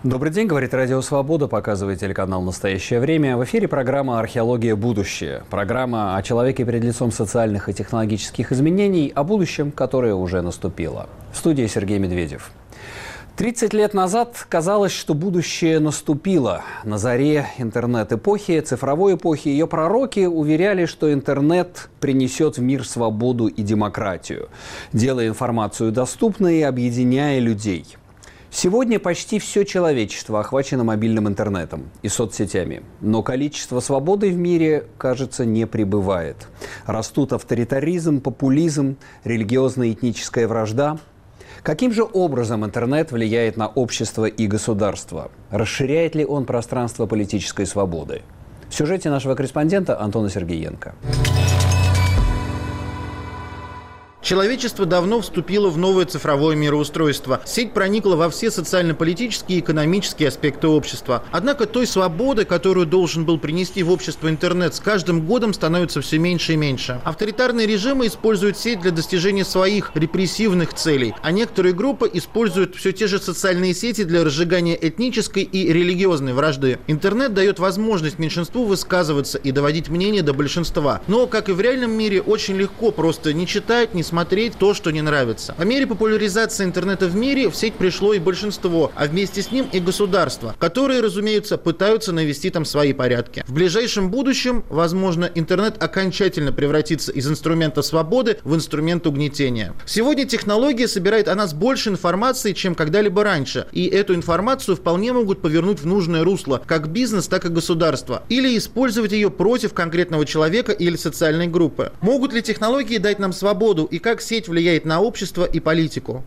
Добрый день, говорит Радио Свобода, показывает телеканал «Настоящее время». В эфире программа «Археология. Будущее». Программа о человеке перед лицом социальных и технологических изменений, о будущем, которое уже наступило. В студии Сергей Медведев. 30 лет назад казалось, что будущее наступило. На заре интернет-эпохи, цифровой эпохи, ее пророки уверяли, что интернет принесет в мир свободу и демократию, делая информацию доступной и объединяя людей. Сегодня почти все человечество охвачено мобильным интернетом и соцсетями. Но количество свободы в мире, кажется, не прибывает. Растут авторитаризм, популизм, религиозно-этническая вражда. Каким же образом интернет влияет на общество и государство? Расширяет ли он пространство политической свободы? В сюжете нашего корреспондента Антона Сергеенко. Человечество давно вступило в новое цифровое мироустройство. Сеть проникла во все социально-политические и экономические аспекты общества. Однако той свободы, которую должен был принести в общество интернет, с каждым годом становится все меньше и меньше. Авторитарные режимы используют сеть для достижения своих репрессивных целей, а некоторые группы используют все те же социальные сети для разжигания этнической и религиозной вражды. Интернет дает возможность меньшинству высказываться и доводить мнение до большинства. Но, как и в реальном мире, очень легко просто не читать, не смотреть то, что не нравится. По мере популяризации интернета в мире в сеть пришло и большинство, а вместе с ним и государства, которые, разумеется, пытаются навести там свои порядки. В ближайшем будущем, возможно, интернет окончательно превратится из инструмента свободы в инструмент угнетения. Сегодня технология собирает о нас больше информации, чем когда-либо раньше, и эту информацию вполне могут повернуть в нужное русло, как бизнес, так и государство, или использовать ее против конкретного человека или социальной группы. Могут ли технологии дать нам свободу и как сеть влияет на общество и политику?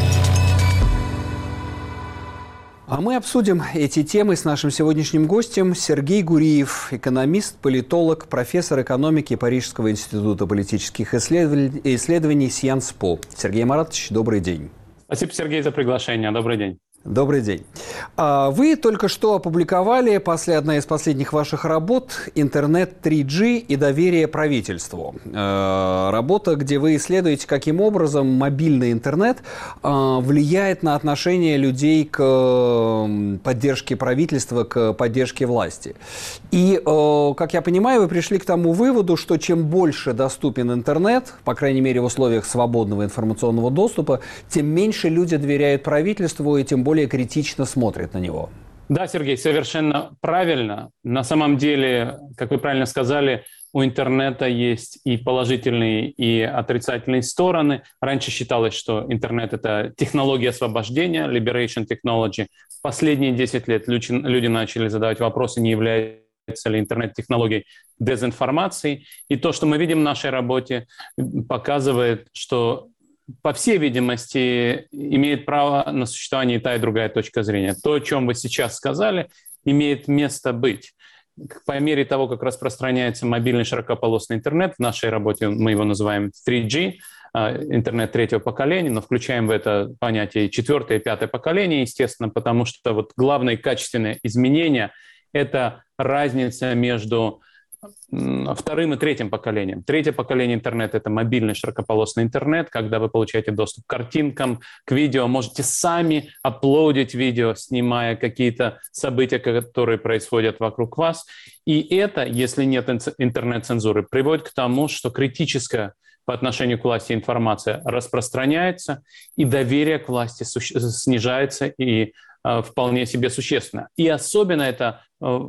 А мы обсудим эти темы с нашим сегодняшним гостем Сергей Гуриев, экономист, политолог, профессор экономики Парижского института политических исследований Sciences Po. Сергей Маратович, добрый день. Спасибо, Сергей, за приглашение. Добрый день. Добрый день. Вы только что опубликовали одна из последних ваших работ «Интернет 3G и доверие правительству». Работа, где вы исследуете, каким образом мобильный интернет влияет на отношение людей к поддержке правительства, к поддержке власти. И, как я понимаю, вы пришли к тому выводу, что чем больше доступен интернет, по крайней мере в условиях свободного информационного доступа, тем меньше люди доверяют правительству и тем более критично смотрят на него. Да, Сергей, совершенно правильно. На самом деле, как вы правильно сказали, у интернета есть и положительные, и отрицательные стороны. Раньше считалось, что интернет — это технология освобождения, liberation technology. В последние 10 лет люди начали задавать вопросы, не является ли интернет-технологией дезинформацией. И то, что мы видим в нашей работе, показывает, что по всей видимости, имеет право на существование и та, и другая точка зрения. То, о чем вы сейчас сказали, имеет место быть. По мере того, как распространяется мобильный широкополосный интернет, в нашей работе мы его называем 3G, интернет третьего поколения, но включаем в это понятие и четвертое, и пятое поколение, естественно, потому что вот главное качественное изменение – это разница между вторым и третьим поколением. Третье поколение интернета – это мобильный широкополосный интернет, когда вы получаете доступ к картинкам, к видео, можете сами апплодить видео, снимая какие-то события, которые происходят вокруг вас. И это, если нет интернет-цензуры, приводит к тому, что критическая по отношению к власти информация распространяется, и доверие к власти снижается и вполне себе существенно. И особенно это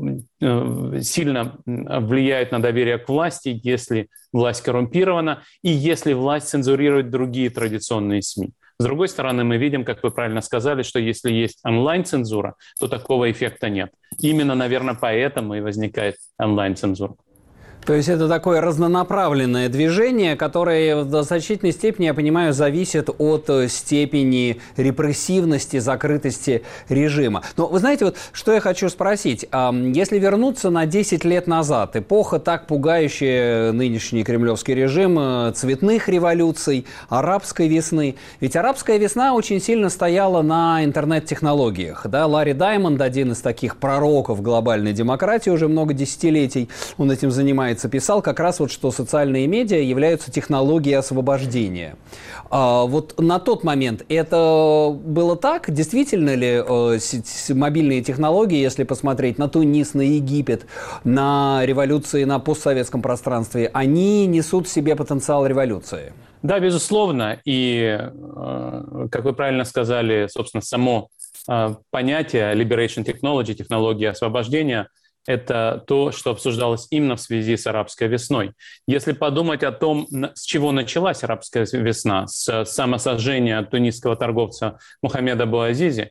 сильно влияет на доверие к власти, если власть коррумпирована и если власть цензурирует другие традиционные СМИ. С другой стороны, мы видим, как вы правильно сказали, что если есть онлайн-цензура, то такого эффекта нет. Именно, наверное, поэтому и возникает онлайн-цензура. То есть это такое разнонаправленное движение, которое в значительной степени, я понимаю, зависит от степени репрессивности, закрытости режима. Но вы знаете, вот что я хочу спросить. Если вернуться на 10 лет назад, эпоха, так пугающая нынешний кремлевский режим, цветных революций, арабской весны. Ведь арабская весна очень сильно стояла на интернет-технологиях. Да? Ларри Даймонд, один из таких пророков глобальной демократии, уже много десятилетий он этим занимается. Times писал как раз вот, что социальные медиа являются технологией освобождения. Вот на тот момент это было так? Действительно ли мобильные технологии, если посмотреть на Тунис, на Египет, на революции на постсоветском пространстве, они несут в себе потенциал революции? Да, безусловно. И, как вы правильно сказали, собственно, само понятие liberation technology, технология освобождения, это то, что обсуждалось именно в связи с арабской весной. Если подумать о том, с чего началась арабская весна, с самосожжения тунисского торговца Мухаммеда Буазизи,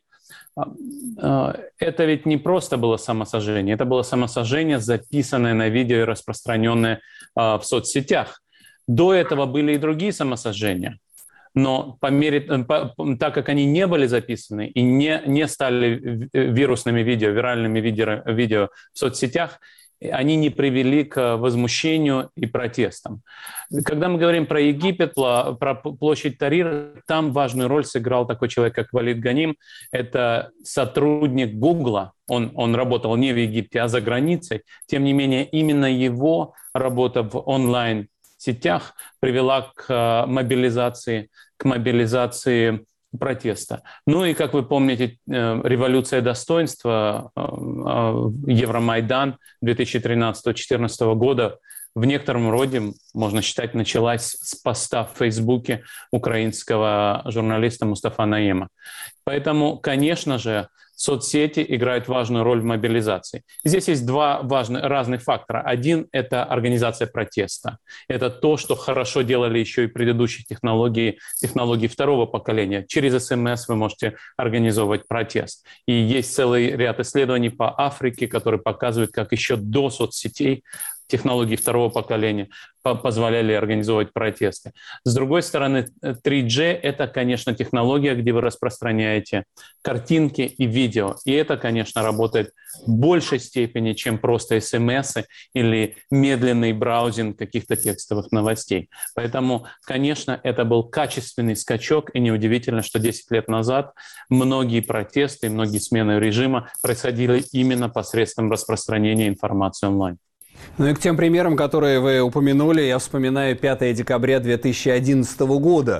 это ведь не просто было самосожжение, это было самосожжение, записанное на видео и распространенное в соцсетях. До этого были и другие самосожжения. Но так как они не были записаны и не стали вирусными видео, виральными видео в соцсетях, они не привели к возмущению и протестам. Когда мы говорим про Египет, про площадь Tahrir, там важную роль сыграл такой человек, как Валид Ганим. Это сотрудник Гугла. Он работал не в Египте, а за границей. Тем не менее, именно его работа в онлайн-сетях привела к мобилизации протеста. Ну и, как вы помните, революция достоинства, Евромайдан 2013-2014 года в некотором роде, можно считать, началась с поста в Фейсбуке украинского журналиста Мустафа Наема. Поэтому, конечно же, соцсети играют важную роль в мобилизации. Здесь есть два разных фактора. Один — это организация протеста. Это то, что хорошо делали еще и предыдущие технологии второго поколения. Через СМС вы можете организовывать протест. И есть целый ряд исследований по Африке, которые показывают, как еще до соцсетей технологии второго поколения позволяли организовывать протесты. С другой стороны, 3G — это, конечно, технология, где вы распространяете картинки и видео. И это, конечно, работает в большей степени, чем просто СМС или медленный браузинг каких-то текстовых новостей. Поэтому, конечно, это был качественный скачок, и неудивительно, что 10 лет назад многие протесты, многие смены режима происходили именно посредством распространения информации онлайн. Ну и к тем примерам, которые вы упомянули, я вспоминаю 5 декабря 2011 года,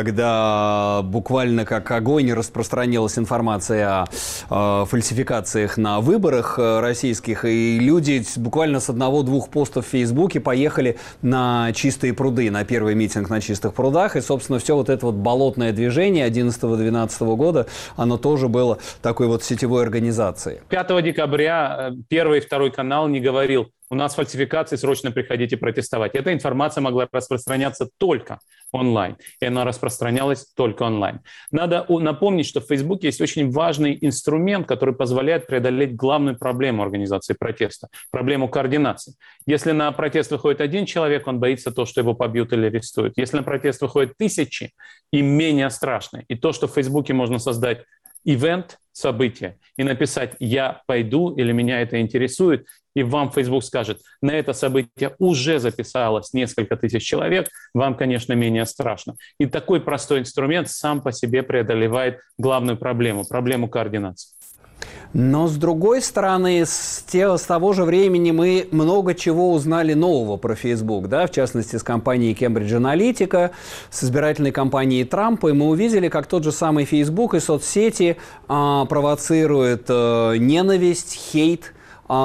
когда буквально как огонь распространилась информация о фальсификациях на выборах российских, и люди буквально с 1-2 постов в Фейсбуке поехали на Чистые пруды, на первый митинг на Чистых прудах, и, собственно, все вот это вот болотное движение 11-12 года, оно тоже было такой вот сетевой организацией. 5 декабря Первый и Второй канал не говорил: у нас фальсификации, срочно приходите протестовать. Эта информация могла распространяться только онлайн. И она распространялась только онлайн. Надо напомнить, что в Фейсбуке есть очень важный инструмент, который позволяет преодолеть главную проблему организации протеста, проблему координации. Если на протест выходит 1 человек, он боится того, что его побьют или арестуют. Если на протест выходит 1000, им менее страшно. И то, что в Фейсбуке можно создать ивент, событие, и написать «я пойду» или «меня это интересует», и вам Facebook скажет: на это событие уже записалось несколько тысяч человек, вам, конечно, менее страшно. И такой простой инструмент сам по себе преодолевает главную проблему координации. Но, с другой стороны, с того же времени мы много чего узнали нового про Facebook, да, в частности, с компанией Cambridge Analytica, с избирательной кампанией Трампа, и мы увидели, как тот же самый Facebook и соцсети провоцируют ненависть, хейт,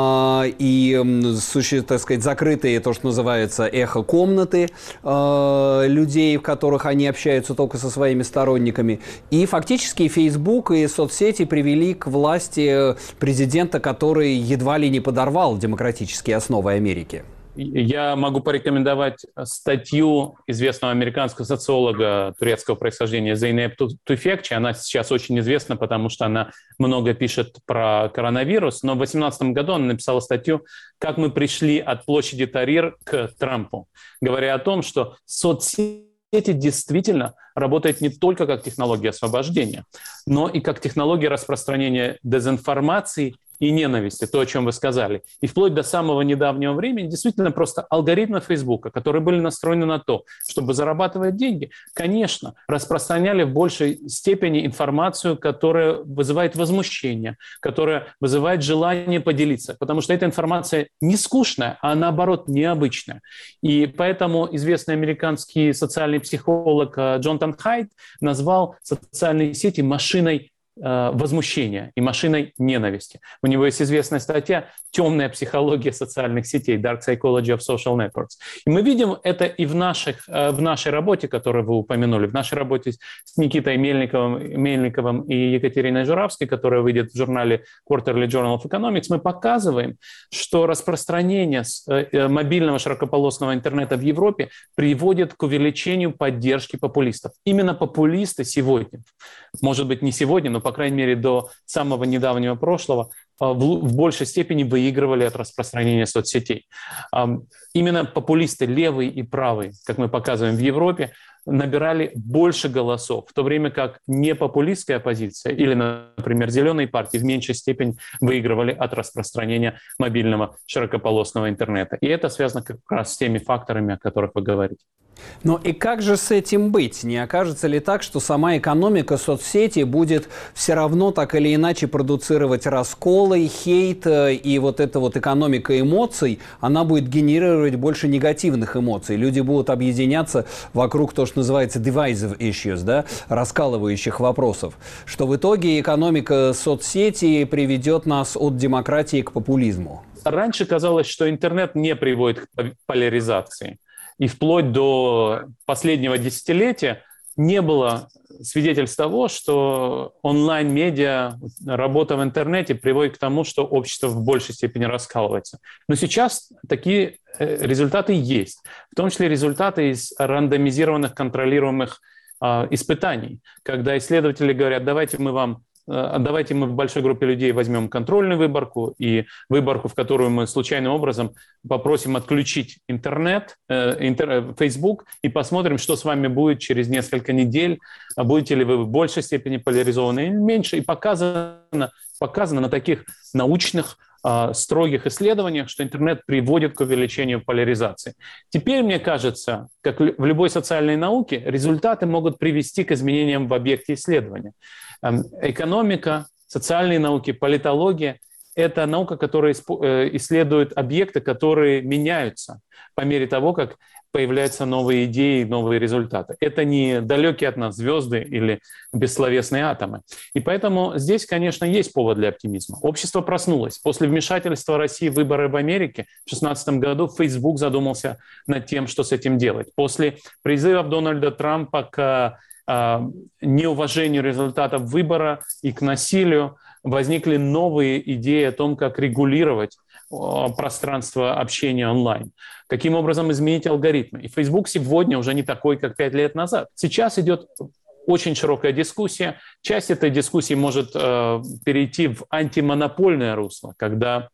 и, так сказать, закрытые, то, что называется, эхо-комнаты людей, в которых они общаются только со своими сторонниками. И фактически Facebook и соцсети привели к власти президента, который едва ли не подорвал демократические основы Америки. Я могу порекомендовать статью известного американского социолога турецкого происхождения Зейнеп Туфекчи. Она сейчас очень известна, потому что она много пишет про коронавирус. Но в 2018 году она написала статью «Как мы пришли от площади Tahrir к Трампу», говоря о том, что соцсети действительно работают не только как технология освобождения, но и как технология распространения дезинформации и ненависти, то, о чем вы сказали. И вплоть до самого недавнего времени действительно просто алгоритмы Фейсбука, которые были настроены на то, чтобы зарабатывать деньги, конечно, распространяли в большей степени информацию, которая вызывает возмущение, которая вызывает желание поделиться, потому что эта информация не скучная, а наоборот необычная. И поэтому известный американский социальный психолог Джонатан Хайд назвал социальные сети машиной возмущения и машиной ненависти. У него есть известная статья «Темная психология социальных сетей» Dark Psychology of Social Networks. И мы видим это и в нашей работе, которую вы упомянули, в нашей работе с Никитой Мельниковым и Екатериной Журавской, которая выйдет в журнале Quarterly Journal of Economics. Мы показываем, что распространение мобильного широкополосного интернета в Европе приводит к увеличению поддержки популистов. Именно популисты сегодня, может быть, не сегодня, но, по крайней мере, до самого недавнего прошлого, в большей степени выигрывали от распространения соцсетей. Именно популисты левые и правые, как мы показываем в Европе, набирали больше голосов, в то время как непопулистская оппозиция или, например, зеленые партии в меньшей степени выигрывали от распространения мобильного широкополосного интернета. И это связано как раз с теми факторами, о которых вы говорите. Ну и как же с этим быть? Не окажется ли так, что сама экономика соцсети будет все равно так или иначе продуцировать расколы, хейт, и вот эта вот экономика эмоций, она будет генерировать больше негативных эмоций. Люди будут объединяться вокруг того, что называется divisive issues, да, раскалывающих вопросов, что в итоге экономика соцсети приведет нас от демократии к популизму. Раньше казалось, что интернет не приводит к поляризации. И вплоть до последнего десятилетия не было свидетельств того, что онлайн-медиа, работа в интернете приводит к тому, что общество в большей степени раскалывается. Но сейчас такие результаты есть, в том числе результаты из рандомизированных, контролируемых испытаний, когда исследователи говорят, давайте мы в большой группе людей возьмем контрольную выборку и выборку, в которую мы случайным образом попросим отключить интернет, Facebook, и посмотрим, что с вами будет через несколько недель. Будете ли вы в большей степени поляризованы или меньше. И показано на таких научных, строгих исследованиях, что интернет приводит к увеличению поляризации. Теперь, мне кажется, как в любой социальной науке, результаты могут привести к изменениям в объекте исследования. Экономика, социальные науки, политология – это наука, которая исследует объекты, которые меняются по мере того, как появляются новые идеи, новые результаты. Это не далекие от нас звезды или бессловесные атомы. И поэтому здесь, конечно, есть повод для оптимизма. Общество проснулось. После вмешательства России в выборы в Америке в 2016 году Facebook задумался над тем, что с этим делать. После призывов Дональда Трампа к неуважению результатов выбора и к насилию возникли новые идеи о том, как регулировать пространство общения онлайн, каким образом изменить алгоритмы. И Facebook сегодня уже не такой, как 5 лет назад. Сейчас идет очень широкая дискуссия. Часть этой дискуссии может перейти в антимонопольное русло, когда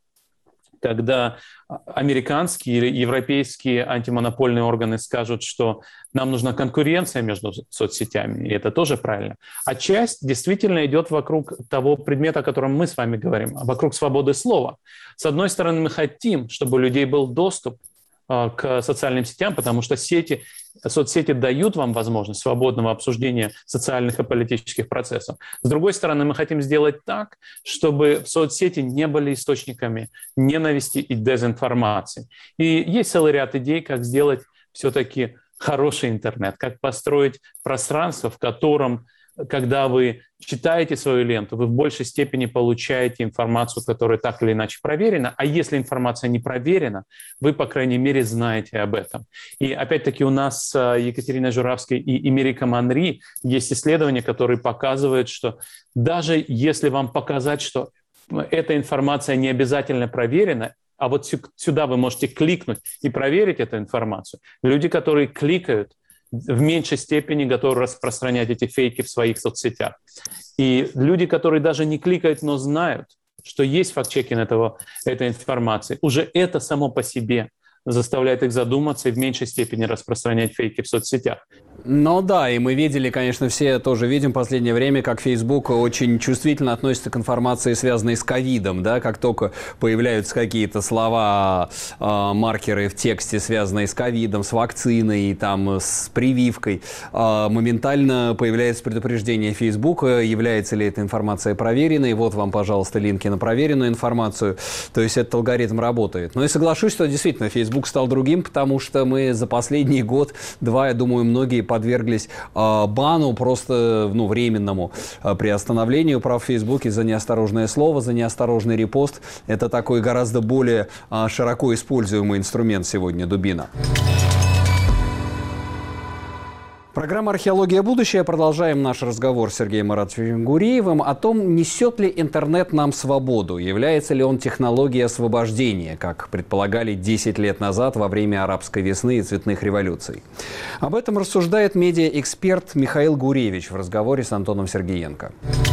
американские или европейские антимонопольные органы скажут, что нам нужна конкуренция между соцсетями, и это тоже правильно. А часть действительно идет вокруг того предмета, о котором мы с вами говорим, вокруг свободы слова. С одной стороны, мы хотим, чтобы у людей был доступ к социальным сетям, потому что соцсети дают вам возможность свободного обсуждения социальных и политических процессов. С другой стороны, мы хотим сделать так, чтобы соцсети не были источниками ненависти и дезинформации. И есть целый ряд идей, как сделать все-таки хороший интернет, как построить пространство, в котором, когда вы читаете свою ленту, вы в большей степени получаете информацию, которая так или иначе проверена. А если информация не проверена, вы, по крайней мере, знаете об этом. И опять-таки у нас с Екатериной Журавской и Эмериком Анри есть исследования, которые показывают, что даже если вам показать, что эта информация не обязательно проверена, а вот сюда вы можете кликнуть и проверить эту информацию, люди, которые кликают, в меньшей степени готовы распространять эти фейки в своих соцсетях. И люди, которые даже не кликают, но знают, что есть факт-чекинг этой информации, уже это само по себе заставляет их задуматься и в меньшей степени распространять фейки в соцсетях. Ну да, и мы видели, конечно, все тоже видим в последнее время, как Facebook очень чувствительно относится к информации, связанной с ковидом, да, как только появляются какие-то слова, маркеры в тексте, связанные с ковидом, с вакциной, там, с прививкой, моментально появляется предупреждение Facebook, является ли эта информация проверенной, вот вам, пожалуйста, линки на проверенную информацию, то есть этот алгоритм работает. Но и соглашусь, что действительно Facebook стал другим, потому что мы за последний год-два, я думаю, многие подверглись бану, просто временному приостановлению прав в Фейсбуке за неосторожное слово, за неосторожный репост. Это такой гораздо более широко используемый инструмент сегодня, дубина. Программа «Археология. Будущее». Продолжаем наш разговор с Сергеем Маратовичем Гуреевым о том, несет ли интернет нам свободу, является ли он технологией освобождения, как предполагали 10 лет назад во время арабской весны и цветных революций. Об этом рассуждает медиаэксперт Михаил Гуревич в разговоре с Антоном Сергеенко.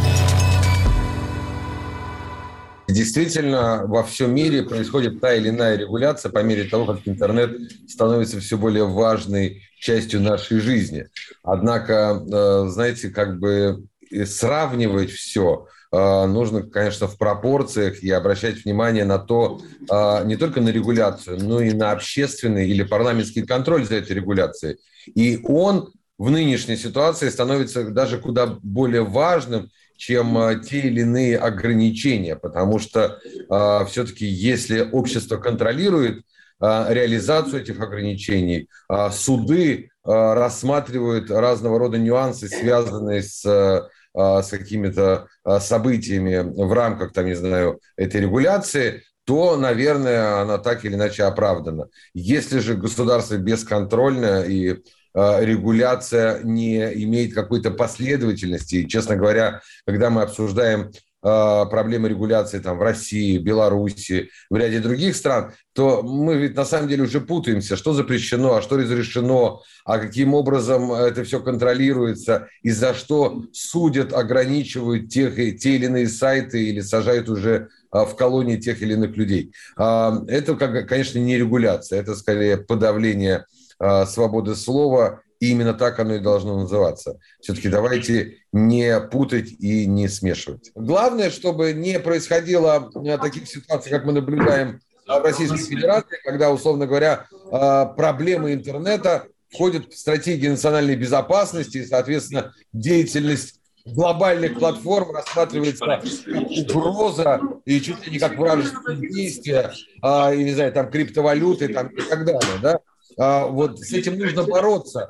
Действительно, во всем мире происходит та или иная регуляция по мере того, как интернет становится все более важной частью нашей жизни. Однако, знаете, как бы сравнивать все нужно, конечно, в пропорциях и обращать внимание на то, не только на регуляцию, но и на общественный или парламентский контроль за этой регуляцией. И он в нынешней ситуации становится даже куда более важным, чем те или иные ограничения, потому что все-таки если общество контролирует реализацию этих ограничений, суды рассматривают разного рода нюансы, связанные с какими-то событиями в рамках, там, не знаю, этой регуляции, то, наверное, она так или иначе оправдана. Если же государство бесконтрольное и регуляция не имеет какой-то последовательности. И, честно говоря, когда мы обсуждаем проблемы регуляции там, в России, Беларуси, в ряде других стран, то мы ведь на самом деле уже путаемся, что запрещено, а что разрешено, а каким образом это все контролируется, и за что судят, ограничивают те или иные сайты или сажают уже в колонии тех или иных людей. Это, конечно, не регуляция, это скорее подавление свободы слова, и именно так оно и должно называться. Все-таки давайте не путать и не смешивать. Главное, чтобы не происходило таких ситуаций, как мы наблюдаем в Российской Федерации, когда, условно говоря, проблемы интернета входят в стратегию национальной безопасности, и, соответственно, деятельность глобальных платформ рассматривается как угроза и чуть ли не как вражеские действия, и, не знаю, там, криптовалюты там, и так далее, да? Вот с этим нужно бороться,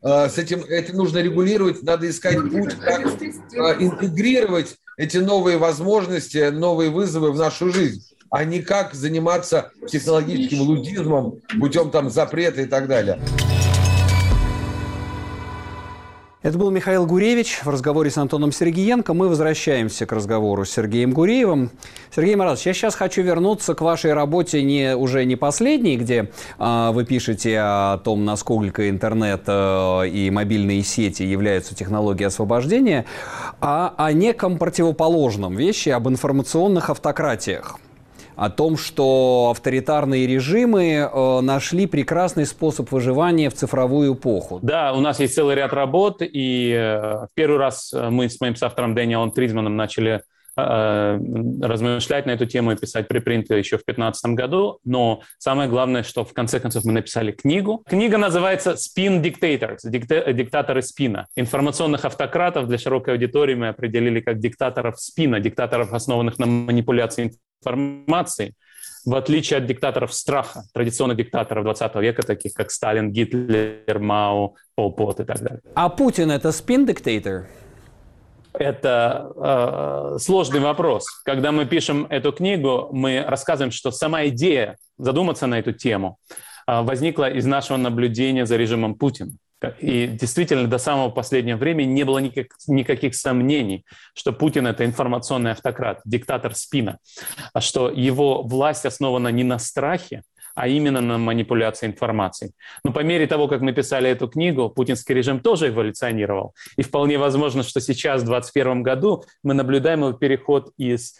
это нужно регулировать, надо искать путь, как интегрировать эти новые возможности, новые вызовы в нашу жизнь, а не как заниматься технологическим лудизмом путем там запрета и так далее. Это был Михаил Гуревич в разговоре с Антоном Сергеенко. Мы возвращаемся к разговору с Сергеем Гуреевым. Сергей Маратович, я сейчас хочу вернуться к вашей работе уже не последней, где вы пишете о том, насколько интернет и мобильные сети являются технологией освобождения, а о неком противоположном вещи, об информационных автократиях. О том, что авторитарные режимы нашли прекрасный способ выживания в цифровую эпоху. Да, у нас есть целый ряд работ, и первый раз мы с моим соавтором Дэниелом Фридманом начали размышлять на эту тему и писать препринты еще в 2015 году, но самое главное, что в конце концов мы написали книгу. Книга называется «Spin Dictators», «Диктаторы спина». Информационных автократов для широкой аудитории мы определили как диктаторов спина, диктаторов, основанных на манипуляции информацией, в отличие от диктаторов страха, традиционных диктаторов 20 века, таких как Сталин, Гитлер, Мао, Пол Пот и так далее. А Путин – это спин-диктатор? Это сложный вопрос. Когда мы пишем эту книгу, мы рассказываем, что сама идея задуматься на эту тему возникла из нашего наблюдения за режимом Путина. И действительно, до самого последнего времени не было никаких сомнений, что Путин – это информационный автократ, диктатор спина, что его власть основана не на страхе, а именно на манипуляции информацией. Но по мере того, как мы писали эту книгу, путинский режим тоже эволюционировал. И вполне возможно, что сейчас, в 2021 году, мы наблюдаем его переход из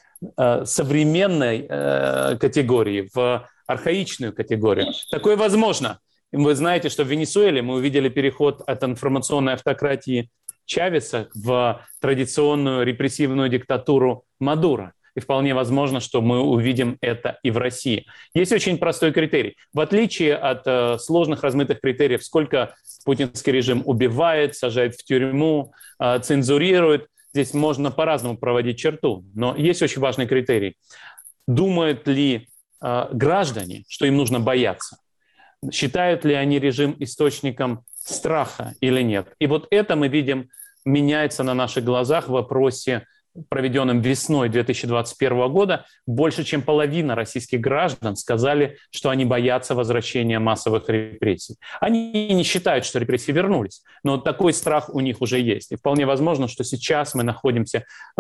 современной категории в архаичную категорию. Такое возможно. Вы знаете, что в Венесуэле мы увидели переход от информационной автократии Чавеса в традиционную репрессивную диктатуру Мадуро. И вполне возможно, что мы увидим это и в России. Есть очень простой критерий. В отличие от сложных размытых критериев, сколько путинский режим убивает, сажает в тюрьму, цензурирует, здесь можно по-разному проводить черту. Но есть очень важный критерий. Думают ли граждане, что им нужно бояться? Считают ли они режим источником страха или нет? И вот это мы видим меняется на наших глазах в вопросе, проведенном весной 2021 года. Больше чем половина российских граждан сказали, что они боятся возвращения массовых репрессий. Они не считают, что репрессии вернулись, но такой страх у них уже есть. И вполне возможно, что сейчас мы находимся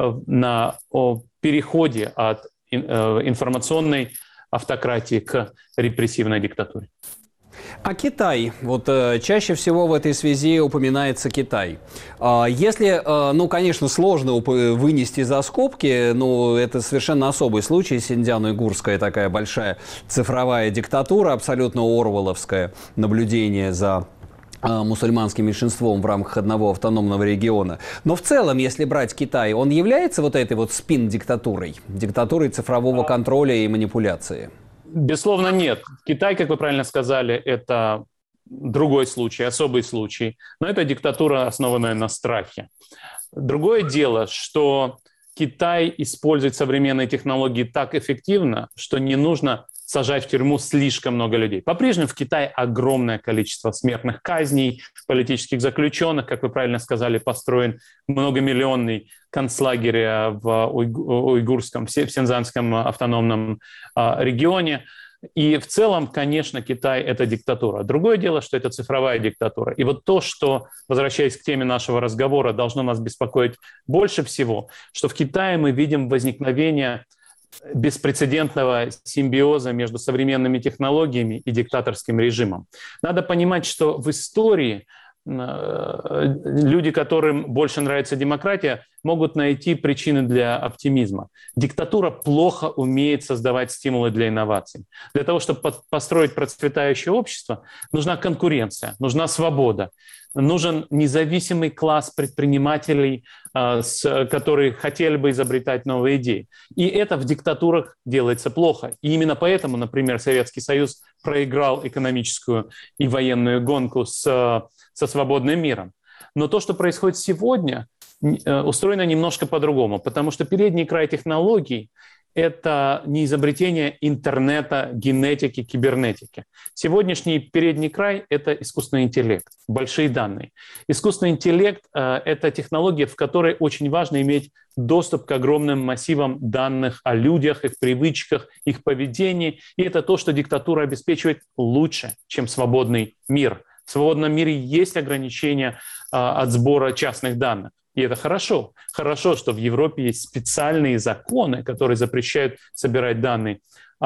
на переходе от информационной автократии к репрессивной диктатуре. А Китай? Вот чаще всего в этой связи упоминается Китай. Если, ну, конечно, сложно вынести за скобки, но это совершенно особый случай. Синьцзян-уйгурская такая большая цифровая диктатура, абсолютно орвелловское наблюдение за мусульманским меньшинством в рамках одного автономного региона. Но в целом, если брать Китай, он является вот этой вот спин-диктатурой, диктатурой цифрового контроля и манипуляции? Безусловно, нет. Китай, как вы правильно сказали, это другой случай, особый случай. Но это диктатура, основанная на страхе. Другое дело, что Китай использует современные технологии так эффективно, что не нужно сажать в тюрьму слишком много людей. По-прежнему в Китае огромное количество смертных казней, политических заключенных, как вы правильно сказали, построен многомиллионный концлагерь в уйгурском, в Синьцзянском автономном регионе. И в целом, конечно, Китай – это диктатура. Другое дело, что это цифровая диктатура. И вот то, что, возвращаясь к теме нашего разговора, должно нас беспокоить больше всего, что в Китае мы видим возникновение беспрецедентного симбиоза между современными технологиями и диктаторским режимом. Надо понимать, что в истории люди, которым больше нравится демократия, могут найти причины для оптимизма. Диктатура плохо умеет создавать стимулы для инноваций. Для того, чтобы построить процветающее общество, нужна конкуренция, нужна свобода, нужен независимый класс предпринимателей, которые хотели бы изобретать новые идеи. И это в диктатурах делается плохо. И именно поэтому, например, Советский Союз проиграл экономическую и военную гонку со свободным миром. Но то, что происходит сегодня, устроено немножко по-другому, потому что передний край технологий – это не изобретение интернета, генетики, кибернетики. Сегодняшний передний край – это искусственный интеллект, большие данные. Искусственный интеллект – это технология, в которой очень важно иметь доступ к огромным массивам данных о людях, их привычках, их поведении. И это то, что диктатура обеспечивает лучше, чем свободный мир. В свободном мире есть ограничения от сбора частных данных. И это хорошо. Хорошо, что в Европе есть специальные законы, которые запрещают собирать данные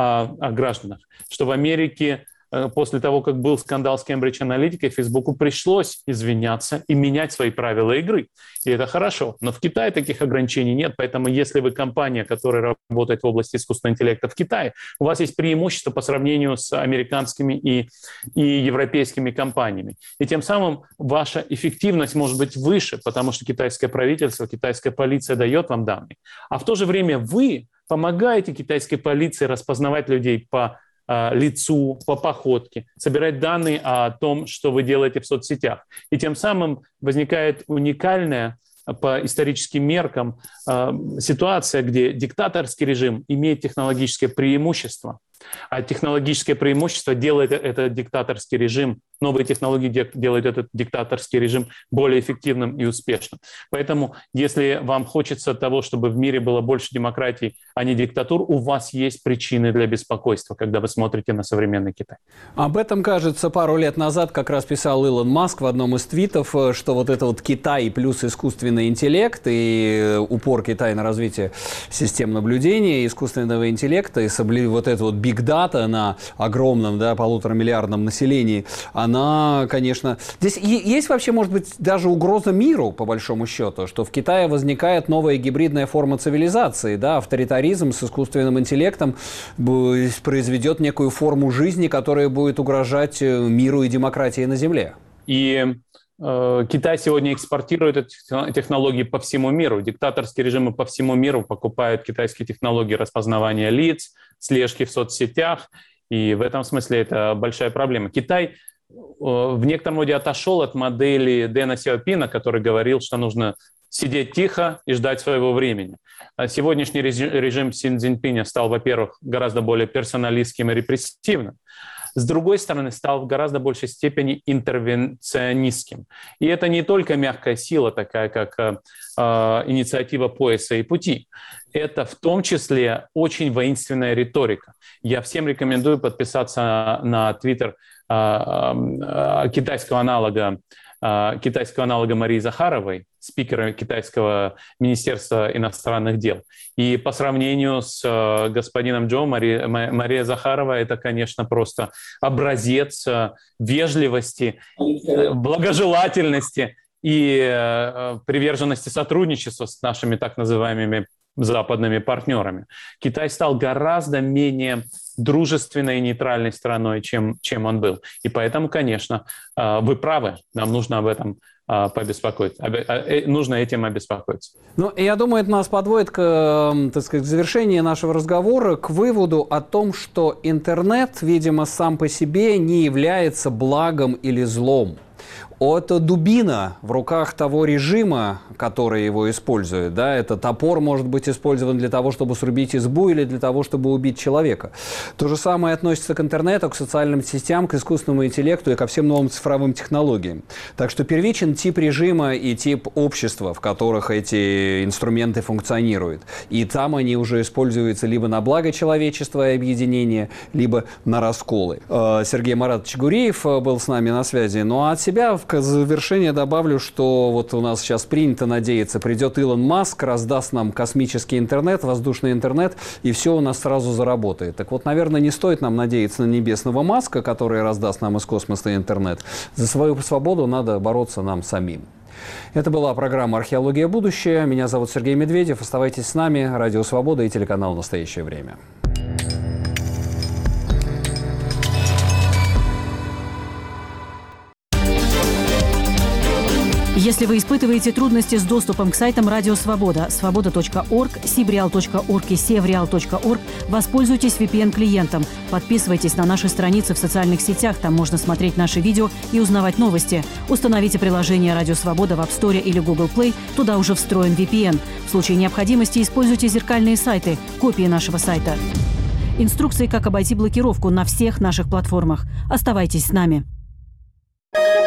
о гражданах. Что в Америке после того, как был скандал с Cambridge Analytica, Фейсбуку пришлось извиняться и менять свои правила игры. И это хорошо. Но в Китае таких ограничений нет. Поэтому если вы компания, которая работает в области искусственного интеллекта в Китае, у вас есть преимущество по сравнению с американскими и европейскими компаниями. И тем самым ваша эффективность может быть выше, потому что китайское правительство, китайская полиция дает вам данные. А в то же время вы помогаете китайской полиции распознавать людей по лицу, по походке, собирать данные о том, что вы делаете в соцсетях. И тем самым возникает уникальная по историческим меркам ситуация, где диктаторский режим имеет технологическое преимущество, а технологическое преимущество делает этот диктаторский режим, новые технологии делают этот диктаторский режим более эффективным и успешным. Поэтому, если вам хочется того, чтобы в мире было больше демократии, а не диктатур, у вас есть причины для беспокойства, когда вы смотрите на современный Китай. Об этом, кажется, пару лет назад как раз писал Илон Маск в одном из твитов, что вот это вот Китай плюс искусственный интеллект и упор Китая на развитие систем наблюдения, искусственного интеллекта и вот это вот биг-дата на огромном, да, 1,5-миллиардном населении, она, конечно... Здесь есть вообще, может быть, даже угроза миру, по большому счету, что в Китае возникает новая гибридная форма цивилизации, да, авторитаризм с искусственным интеллектом произведет некую форму жизни, которая будет угрожать миру и демократии на Земле. И Китай сегодня экспортирует эти технологии по всему миру. Диктаторские режимы по всему миру покупают китайские технологии распознавания лиц, слежки в соцсетях. И в этом смысле это большая проблема. Китай в некотором роде отошел от модели Дэна Сяопина, который говорил, что нужно сидеть тихо и ждать своего времени. Сегодняшний режим Си Цзиньпиня стал, во-первых, гораздо более персоналистским и репрессивным. С другой стороны, стал в гораздо большей степени интервенционистским. И это не только мягкая сила, такая как инициатива пояса и пути. Это в том числе очень воинственная риторика. Я всем рекомендую подписаться на твиттер китайского аналога Марии Захаровой, спикера китайского Министерства иностранных дел. И по сравнению с господином Джо, Мария Захарова – это, конечно, просто образец вежливости, благожелательности и приверженности сотрудничества с нашими так называемыми западными партнерами. Китай стал гораздо менее дружественной и нейтральной страной, чем он был. И поэтому, конечно, вы правы, нам нужно об этом побеспокоиться, нужно этим обеспокоиться. Ну, я думаю, это нас подводит к, так сказать, к завершению нашего разговора, к выводу о том, что интернет, видимо, сам по себе не является благом или злом. Это дубина в руках того режима, который его использует. Да? Это топор может быть использован для того, чтобы срубить избу или для того, чтобы убить человека. То же самое относится к интернету, к социальным сетям, к искусственному интеллекту и ко всем новым цифровым технологиям. Так что первичен тип режима и тип общества, в которых эти инструменты функционируют. И там они уже используются либо на благо человечества и объединения, либо на расколы. Сергей Маратович Гуриев был с нами на связи. Ну а от себя в завершение добавлю, что вот у нас сейчас принято надеяться, придет Илон Маск, раздаст нам космический интернет, воздушный интернет, и все у нас сразу заработает. Так вот, наверное, не стоит нам надеяться на небесного Маска, который раздаст нам из космоса интернет. За свою свободу надо бороться нам самим. Это была программа «Археология. Будущее». Меня зовут Сергей Медведев. Оставайтесь с нами. Радио Свобода и телеканал «Настоящее время». Если вы испытываете трудности с доступом к сайтам Радио Свобода, свобода.орг, sibreal.org и sevreal.org, воспользуйтесь VPN-клиентом. Подписывайтесь на наши страницы в социальных сетях, там можно смотреть наши видео и узнавать новости. Установите приложение Радио Свобода в App Store или Google Play, туда уже встроен VPN. В случае необходимости используйте зеркальные сайты, копии нашего сайта. Инструкции, как обойти блокировку на всех наших платформах. Оставайтесь с нами.